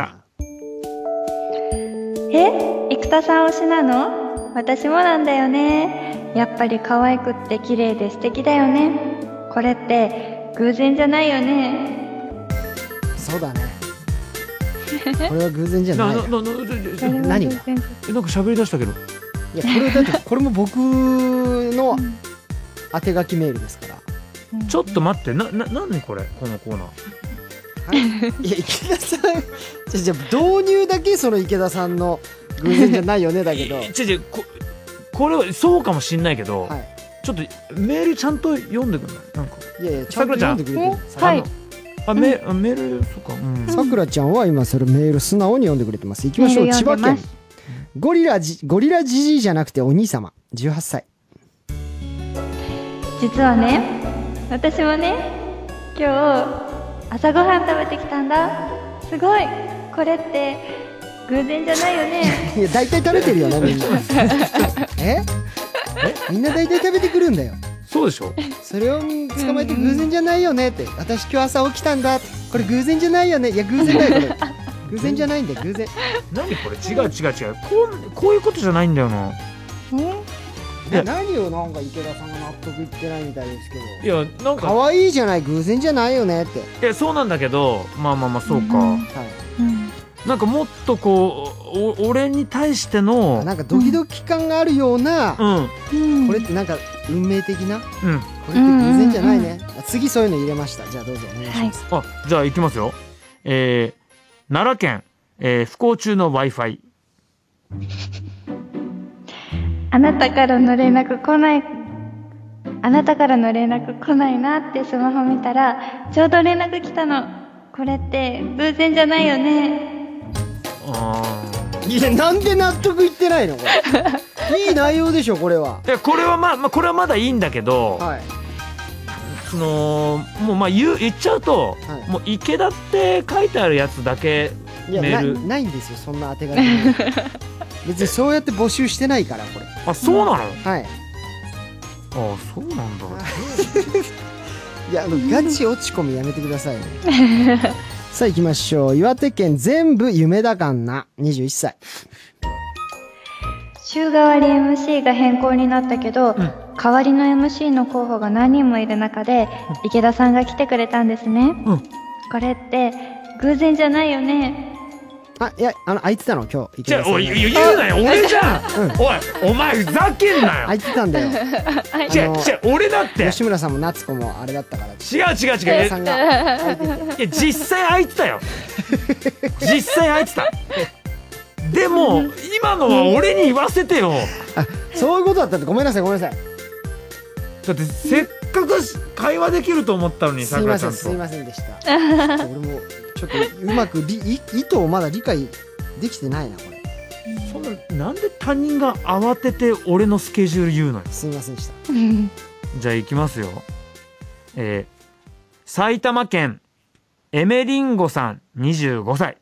生田さん推しなの？私もなんだよね。やっぱり可愛くって綺麗で素敵だよね。これって偶然じゃないよね。 そうだねこれは偶然じゃない。何が？なんか喋り出したけど。 いやこれだってこれも僕の当て書きメールですから。 ちょっと待って、何これこのコーナー。いや池田さんじゃ導入だけその池田さんの偶然じゃないよねだけどこれはそうかもしんないけど、 はい、 ちょっとメールちゃんと読んでくんない？なんかいやちゃんと読んでくれてる。 はい。 メールそうか。 さくらちゃんは今それメール素直に読んでくれてます。いきましょう。千葉県ゴリラじじいじゃなくてお兄様18歳。 実はね私もね今日朝ごはん食べてきたんだ。すごいこれって偶然じゃないよね。 いや大体食べてるよねみんなみんな大体食べてくるんだよ。 そうでしょ。 それを捕まえて偶然じゃないよねって。私今日朝起きたんだって。これ偶然じゃないよね。いや偶然だよこれ偶然じゃないんだよ偶然。 何これ違うこういうことじゃないんだよな。 何をなんか池田さんが納得いってないみたいですけど。 いやなんか可愛いじゃない偶然じゃないよねって。 いやそうなんだけどまあそうか、はい、なんかもっとこう俺に対してのなんかドキドキ感があるような、これってなんか運命的な、これって偶然じゃないね、次そういうの入れました。じゃあどうぞお願いします。 じゃあいきますよ。奈良県、不幸中の Wi-Fi。 あなたからの連絡来ないなってスマホ見たらちょうど連絡来たの。これって偶然じゃないよね。 いやなんで納得いってないのこれ。いい内容でしょこれは。 いやこれはこれはまだいいんだけど、 はい、 もう言っちゃうと、はい、もう池田って書いてあるやつだけメールないんですよそんな当て書き別にそうやって募集してないからこれ。 そうなの？ はい。 そうなんだいやガチ落ち込みやめてくださいねさあ行きましょう。岩手県全部夢だかんな21歳。 週替わり MC が変更になったけど、代わりの MC の候補が何人もいる中で池田さんが来てくれたんですね、これって偶然じゃないよね。 いや空いてたの今日。 おい言うなよ俺じゃん、お前ふざけんなよ。 空いてたんだよ俺だって吉村さんも夏子もあれだったから。 違うさんが空いてて。 実際空いてたよ実際空いてた。 でも今のは俺に言わせてよ。 そういうことだったんで、ごめんなさいごめんなさい。 だってせっかく会話できると思ったのに、 すいませんすいませんでした。俺もちょっとうまく意図をまだ理解できてないなこれ。 そんな、なんで他人が慌てて俺のスケジュール言うのよ。 すいませんでした。 じゃあ行きますよ。埼玉県エメリンゴさん25歳。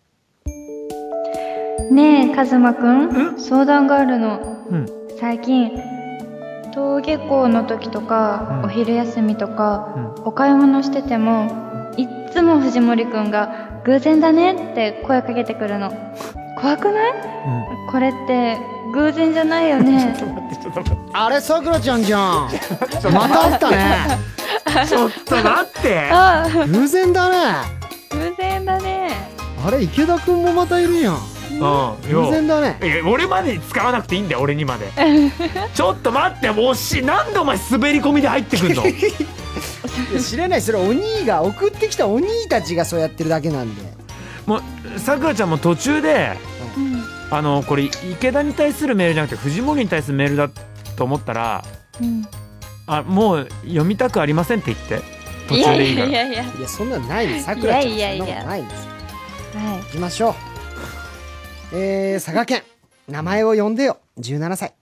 ねえカズマくん、相談があるの。最近登下校の時とか、お昼休みとか、お買い物しててもいっつも藤森くんが偶然だねって声かけてくるの。怖くない？これって偶然じゃないよね。 あれさくらちゃんじゃん。またあったね。 ちょっと待って。 偶然だね。 偶然だね。 あれ池田くんもまたいるやん。偶然だね。 俺まで使わなくていいんだよ、俺にまで。ちょっと待って、もしなんでお前滑り込みで入ってくんの？ 知らない、それお兄が送ってきたお兄たちがそうやってるだけなんで。 もうさくらちゃんも途中で、これ池田に対するメールじゃなくて藤森に対するメールだと思ったら、もう読みたくありませんって言って、途中でいいから。 いやそんなのないです。さくらちゃんそんなことないです。行きましょう。佐賀県、名前を呼んでよ、17歳。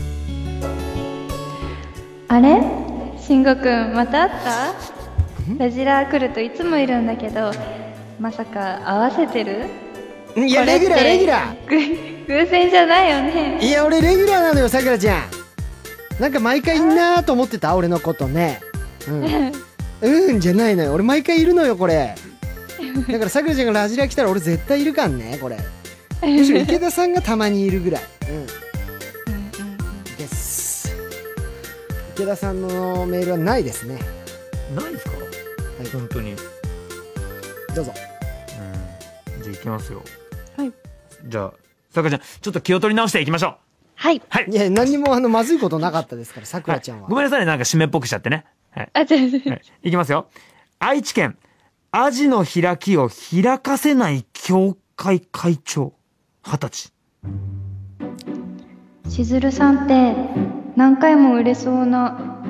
あれ慎吾くんまた会った？ラジラー来るといつもいるんだけど、まさか合わせてる？ いやレギュラー偶然じゃないよね。 いや俺レギュラーなのよさくらちゃん。なんか毎回いんなーと思ってた俺のことね。じゃないのよ、俺毎回いるのよこれ。だからさくらちゃんがラジラ来たら俺絶対いるかんねこれ。むしろ池田さんがたまにいるぐらい。です。池田さんのメールはないですね。 ないですか？本当に。 どうぞ。 じゃあ行きますよ。 はい。 じゃあさくらちゃんちょっと気を取り直していきましょう。 はい。 いや何にもまずいことなかったですからさくらちゃんは。 ごめんなさいね、なんか締めっぽくしちゃってね。いきますよ。愛知県アジの開きを開かせない協会会長20歳。 しずるさんって何回も売れそうな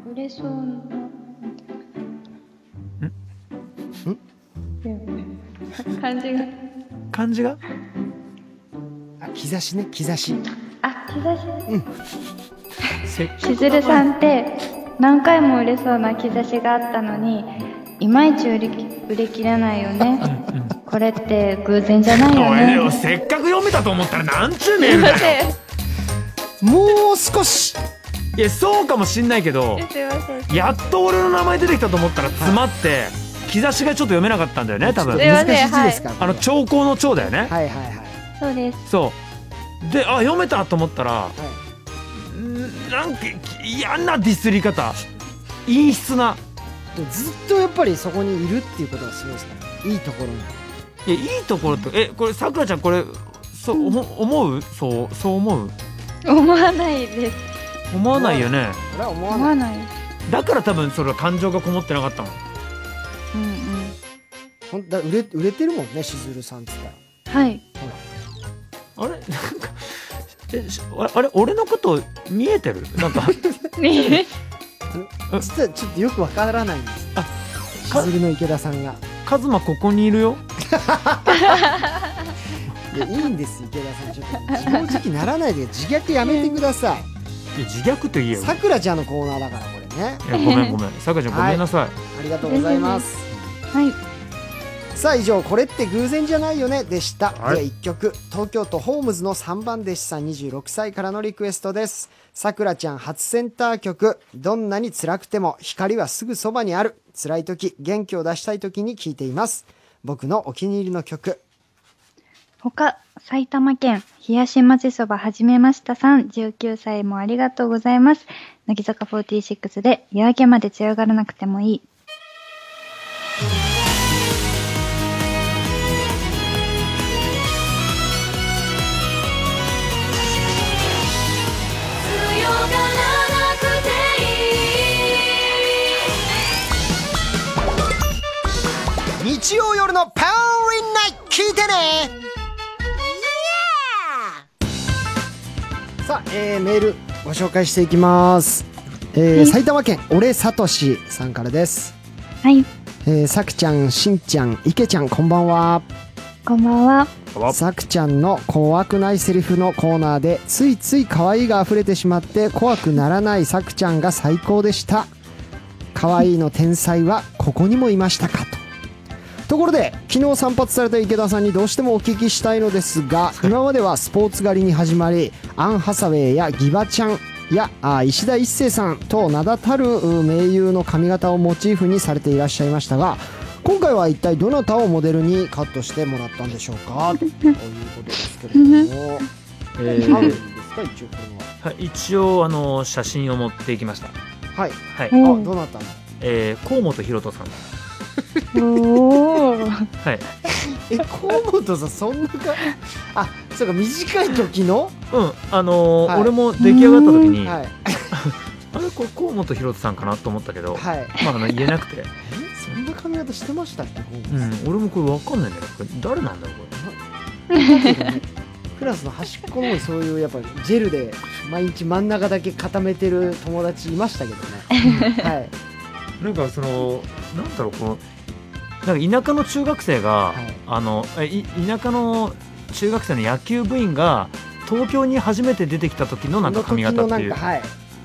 漢字が兆しね、兆し。 兆し。しずるさんって何回も売れそうな兆しがあったのにいまいち売れきれないよね。これって偶然じゃないよね。 せっかく読めたと思ったらなんちゅうメールだよ。 もう少し。 いやそうかもしんないけど、やっと俺の名前出てきたと思ったら詰まって、兆しがちょっと読めなかったんだよね多分。 難しい字ですか？ 兆候の兆だよね。 そうです。 そうで、読めたと思ったら、なんか嫌なディスり方、陰湿な。 ずっとやっぱりそこにいるっていうことがすごいですから、いいところに。 いやいいところってこれさくらちゃんこれそう思う？そう思う？ 思わないです。 思わないよね。 それは思わない。 だから多分それは感情がこもってなかったもん。 ほんだ売れてるもんね、しずるさんって言ったら。はい。 あれなんかあれ俺のこと見えてる？なんか実はちょっとよくわからないんです。しずるの池田さんが。 カズマここにいるよ。 いやいいんです池田さん、ちょっと自暴自棄ならないで、自虐やめてください。 いや自虐と言えよ。 さくらちゃんのコーナーだからこれね。 いやごめんさくらちゃんごめんなさい。 ありがとうございます。 はい。 さあ以上、これって偶然じゃないよねでした。では1曲、東京都ホームズの3番弟子さん26歳からのリクエストです。さくらちゃん初センター曲、どんなに辛くても光はすぐそばにある。辛い時、元気を出したい時に聴いています。僕のお気に入りの曲。 他、埼玉県冷やしまぜそばはじめましたさん19歳もありがとうございます。乃木坂46で夜明けまで強がらなくてもいい。 日曜夜のパワーリンナイト聞いてね。 さあ、メールご紹介していきます。埼玉県俺さとしさんからです。 はい。 さくちゃん、しんちゃん、いけちゃん、こんばんは。 こんばんは。 さくちゃんの怖くないセリフのコーナーでついつい可愛いが溢れてしまって怖くならないさくちゃんが最高でした。可愛いの天才はここにもいましたかところで昨日散髪された池田さんにどうしてもお聞きしたいのですが、今まではスポーツ狩りに始まりアン・ハサウェイやギバちゃんや石田一生さんと名だたる名優の髪型をモチーフにされていらっしゃいましたが、今回は一体どなたをモデルにカットしてもらったんでしょうかということですけれども、あるんですか一応これは。はい、 一応写真を持っていきました。 はい、はい、どうなったの？ 河本大翔さん。 おーはい。 河本さんそんなか、あ、そうか、短い時の、 はい、俺も出来上がった時に、はい、あれこれ河本大翔さんかなと思ったけど、はい、まあ言えなくてそんな髪型してましたっけ？ 俺もこれ分かんないんだよ。これ誰なんだろうこれ。クラスの端っこの方にそういうやっぱジェルで毎日真ん中だけ固めてる友達いましたけどね。はい。 なんかなんだろう、このなんか田舎の中学生が、はい、田舎の中学生の野球部員が東京に初めて出てきた時のなんか髪型っていう、 はい、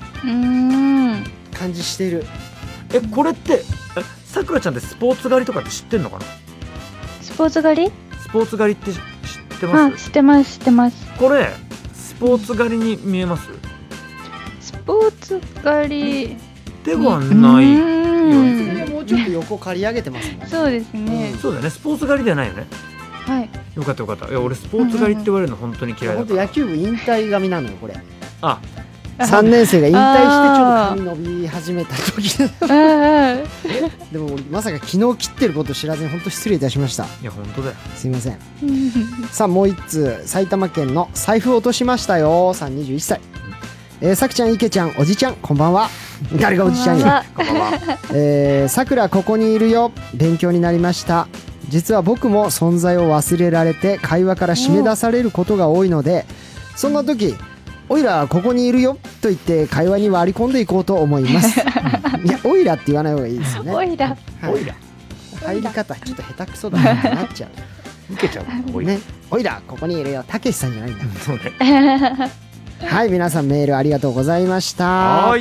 感じしてる。 これってさくらちゃんってスポーツ狩りとかって知ってんのかな？ スポーツ狩り？ スポーツ狩りって知ってます？ 知ってます、知ってます。 これスポーツ狩りに見えます？ スポーツ狩りではないよね。もうちょっと横刈り上げてますね。 そうですね。 そうだね、スポーツ狩りではないよね。 はい。 よかったよかった。いや俺スポーツ狩りって言われるの本当に嫌いだから。 本当野球部引退髪なのよこれ。 あ、 3年生が引退してちょっと髪伸び始めた時でもまさか昨日切ってることを知らずに本当失礼いたしました。 いや本当だよ、 すいません。さあもう一通、埼玉県の財布落としましたよさん21歳。さくちゃん、いけちゃん、おじちゃん、こんばんは。誰がおじちゃんや。こんばんは。さくらここにいるよ、勉強になりました。実は僕も存在を忘れられて会話から締め出されることが多いので、そんな時おいらここにいるよと言って会話に割り込んでいこうと思います。いや、おいらって言わない方がいいですよね。 おいら、 おいら入り方ちょっと下手くそだなってなっちゃう。 受けちゃうね。おいらここにいるよ、たけしさんじゃないんだ。 そうね。 はい、皆さんメールありがとうございました。 はい。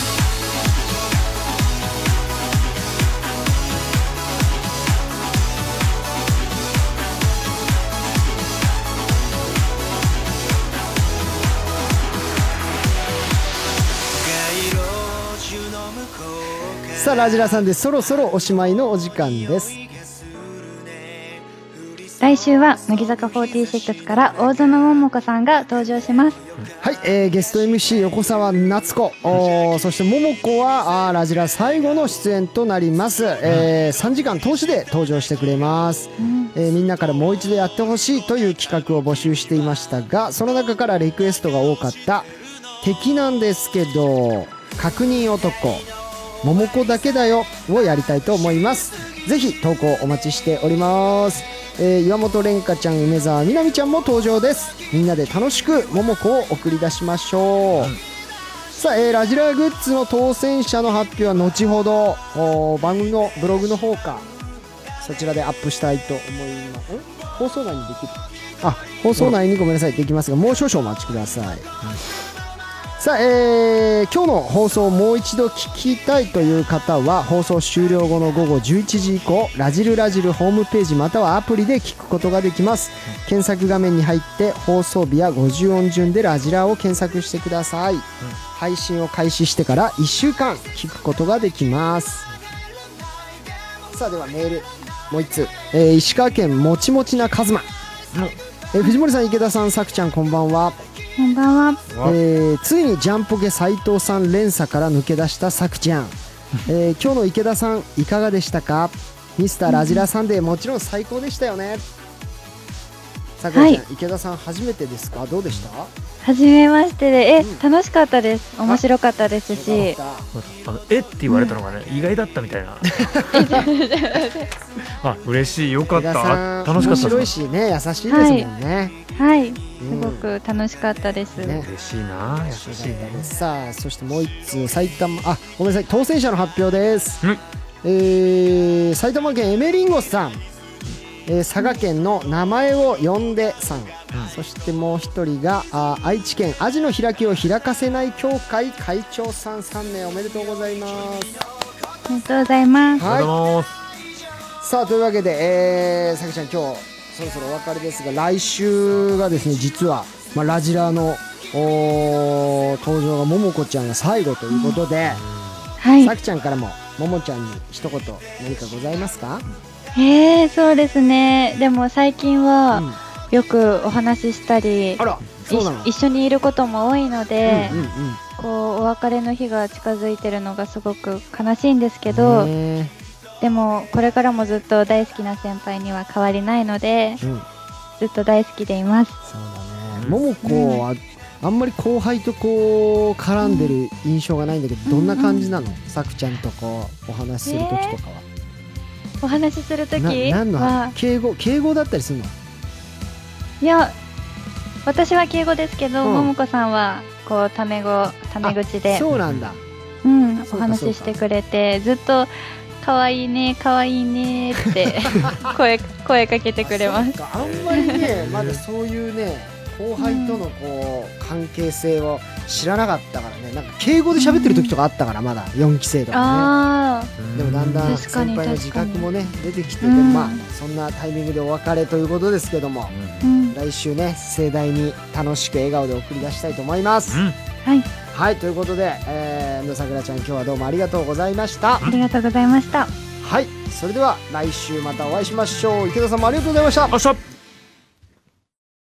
さあラジラさんでそろそろおしまいのお時間です。 来週は乃木坂46から大園桃子さんが登場します。 はい、ゲスト MC 横澤夏子、そして桃子はラジラ最後の出演となります。3時間通しで登場してくれます。みんなからもう一度やってほしいという企画を募集していましたが、その中からリクエストが多かった敵なんですけど確認男桃子だけだよをやりたいと思います。ぜひ投稿お待ちしております。岩本蓮香ちゃん、梅澤美波ちゃんも登場です。みんなで楽しく桃子を送り出しましょう。さあ、ラジラグッズの当選者の発表は後ほど番組のブログの方かそちらでアップしたいと思います。放送内にできる、放送内にごめんなさいできますが、もう少々お待ちください。さあ、今日の放送をもう一度聞きたいという方は放送終了後の午後11時以降ラジルホームページまたはアプリで聞くことができます。検索画面に入って放送日や50音順でラジラを検索してください。配信を開始してから1週間聞くことができます。さあではメールもう一通、石川県もちもちなカズマ、藤森さん、池田さん、さくちゃん、こんばんは。 こんばんは。 ついにジャンポケ斉藤さん連鎖から抜け出したさくちゃん、今日の池田さんいかがでしたか？ミスターラジラサンデーもちろん最高でしたよね。さくらちゃん、池田さん初めてですか？どうでした？ 初めましてで、楽しかったです。面白かったですし、 って言われたのがね、意外だったみたいな。嬉しい、よかった、楽しかった。 面白いしね、優しいですもんね。 はい、すごくく楽しかったです、 嬉しいな、優しいね。 さあそしてもう一通ごめんなさい、当選者の発表です、埼玉県エメリンゴスさん、佐賀県の名前を呼んでさん、そしてもう一人が愛知県アジの開きを開かせない協会会長さん、3名おめでとうございます。 ありがとうございます、 はい、さあというわけで、さきちゃん今日そろそろお別れですが、来週がですね実は、ラジラの登場がももこちゃんが最後ということで、さきちゃんからもももちゃんに一言何かございますか？ そうですね、でも最近はよくお話ししたり、一緒にいることも多いので、こうお別れの日が近づいてるのがすごく悲しいんですけど、でもこれからもずっと大好きな先輩には変わりないので、ずっと大好きでいます。 そうだね、ももこはあんまり後輩とこう絡んでる印象がないんだけど、どんな感じなの？さくちゃんとこうお話しする時とかは。 お話しする時は敬語だったりするの？ いや、私は敬語ですけど、ももこさんはこうタメ口で、 そうなんだ、 お話ししてくれて、ずっと可愛いね可愛いねって声かけてくれます。 あんまりねまだそういうね後輩とのこう関係性を知らなかったからね、なんか敬語で喋ってる時とかあったから、まだ4期生とかね。でもだんだん先輩の自覚もね出てきて、そんなタイミングでお別れということですけども、来週ね盛大に楽しく笑顔で送り出したいと思います。はい、ということで、野桜ちゃん今日はどうもありがとうございました。 ありがとうございました。 はい、それでは来週またお会いしましょう。池田さんもありがとうございました。